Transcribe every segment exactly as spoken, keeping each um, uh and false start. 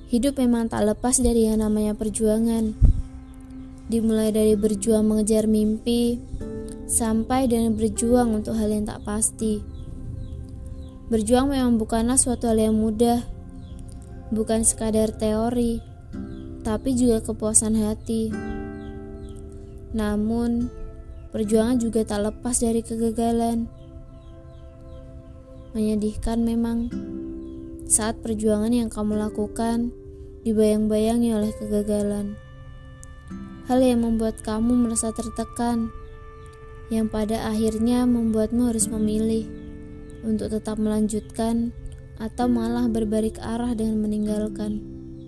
Hidup memang tak lepas dari yang namanya perjuangan. Dimulai dari berjuang mengejar mimpi, sampai dengan berjuang untuk hal yang tak pasti. Berjuang memang bukanlah suatu hal yang mudah, bukan sekadar teori, tapi juga kepuasan hati. Namun, perjuangan juga tak lepas dari kegagalan. Menyedihkan memang, saat perjuangan yang kamu lakukan dibayang-bayangi oleh kegagalan. Hal yang membuat kamu merasa tertekan, yang pada akhirnya membuatmu harus memilih untuk tetap melanjutkan atau malah berbalik arah dengan meninggalkan.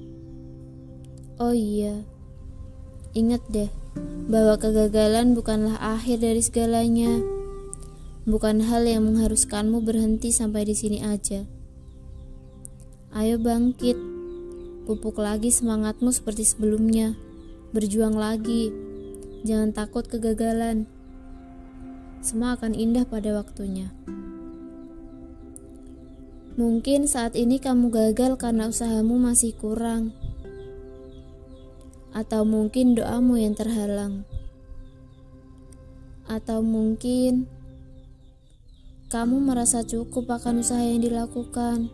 Oh iya, ingat deh bahwa kegagalan bukanlah akhir dari segalanya, bukan hal yang mengharuskanmu berhenti sampai di sini aja. Ayo bangkit, pupuk lagi semangatmu seperti sebelumnya, berjuang lagi, jangan takut kegagalan. Semua akan indah pada waktunya. Mungkin saat ini kamu gagal karena usahamu masih kurang, atau mungkin doamu yang terhalang, atau mungkin kamu merasa cukup akan usaha yang dilakukan.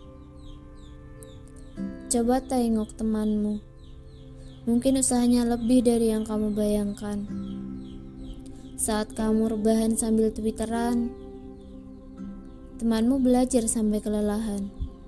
Coba tengok temanmu, mungkin usahanya lebih dari yang kamu bayangkan. Saat kamu rebahan sambil twitteran, temanmu belajar sampai kelelahan.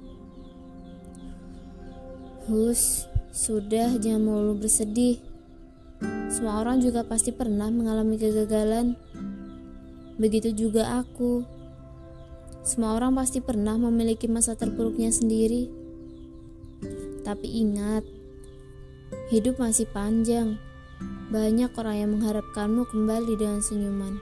Hus, sudah, jangan melulu bersedih. Semua orang juga pasti pernah mengalami kegagalan. Begitu juga aku. Semua orang pasti pernah memiliki masa terpuruknya sendiri. Tapi ingat, hidup masih panjang. Banyak orang yang mengharapkanmu kembali dengan senyuman.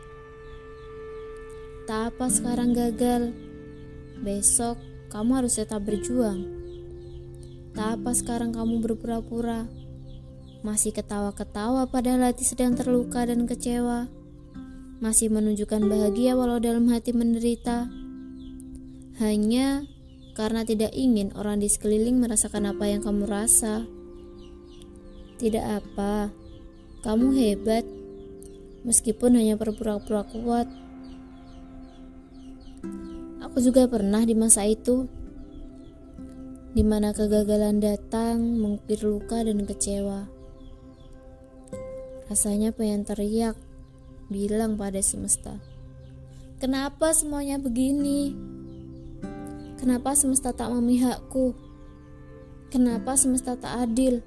Tak apa sekarang gagal, besok kamu harus tetap berjuang. Tak apa sekarang kamu berpura-pura, masih ketawa-ketawa padahal hati sedang terluka dan kecewa, masih menunjukkan bahagia walau dalam hati menderita, hanya karena tidak ingin orang di sekeliling merasakan apa yang kamu rasa. Tidak apa, kamu hebat, meskipun hanya berpura-pura kuat. Aku juga pernah di masa itu, di mana kegagalan datang mengukir luka dan kecewa. Rasanya pengen teriak, bilang pada semesta, kenapa semuanya begini? Kenapa semesta tak memihakku? Kenapa semesta tak adil?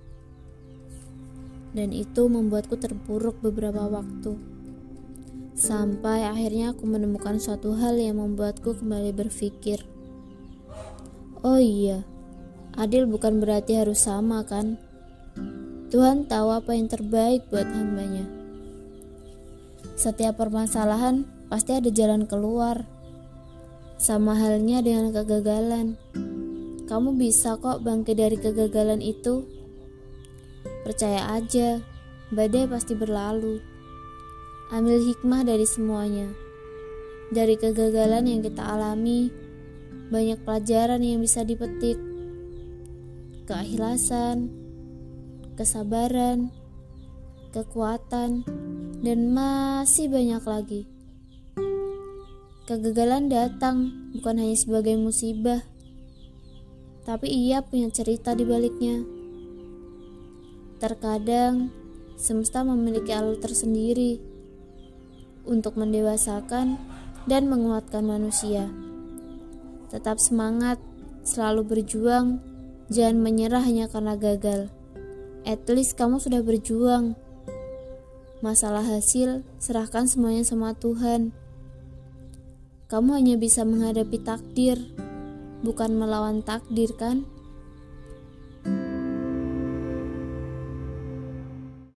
Dan itu membuatku terpuruk beberapa waktu. Sampai akhirnya aku menemukan suatu hal yang membuatku kembali berpikir. Oh iya, adil bukan berarti harus sama kan? Tuhan tahu apa yang terbaik buat hambanya. Setiap permasalahan pasti ada jalan keluar. Sama halnya dengan kegagalan. Kamu bisa kok bangkit dari kegagalan itu. Percaya aja, badai pasti berlalu. Ambil hikmah dari semuanya. Dari kegagalan yang kita alami, banyak pelajaran yang bisa dipetik. Keikhlasan, kesabaran, kekuatan, dan masih banyak lagi. Kegagalan datang bukan hanya sebagai musibah, tapi ia punya cerita di baliknya. Terkadang, semesta memiliki alur tersendiri untuk mendewasakan dan menguatkan manusia. Tetap semangat, selalu berjuang, jangan menyerah hanya karena gagal. At least kamu sudah berjuang. Masalah hasil, serahkan semuanya sama Tuhan. Kamu hanya bisa menghadapi takdir, bukan melawan takdir kan?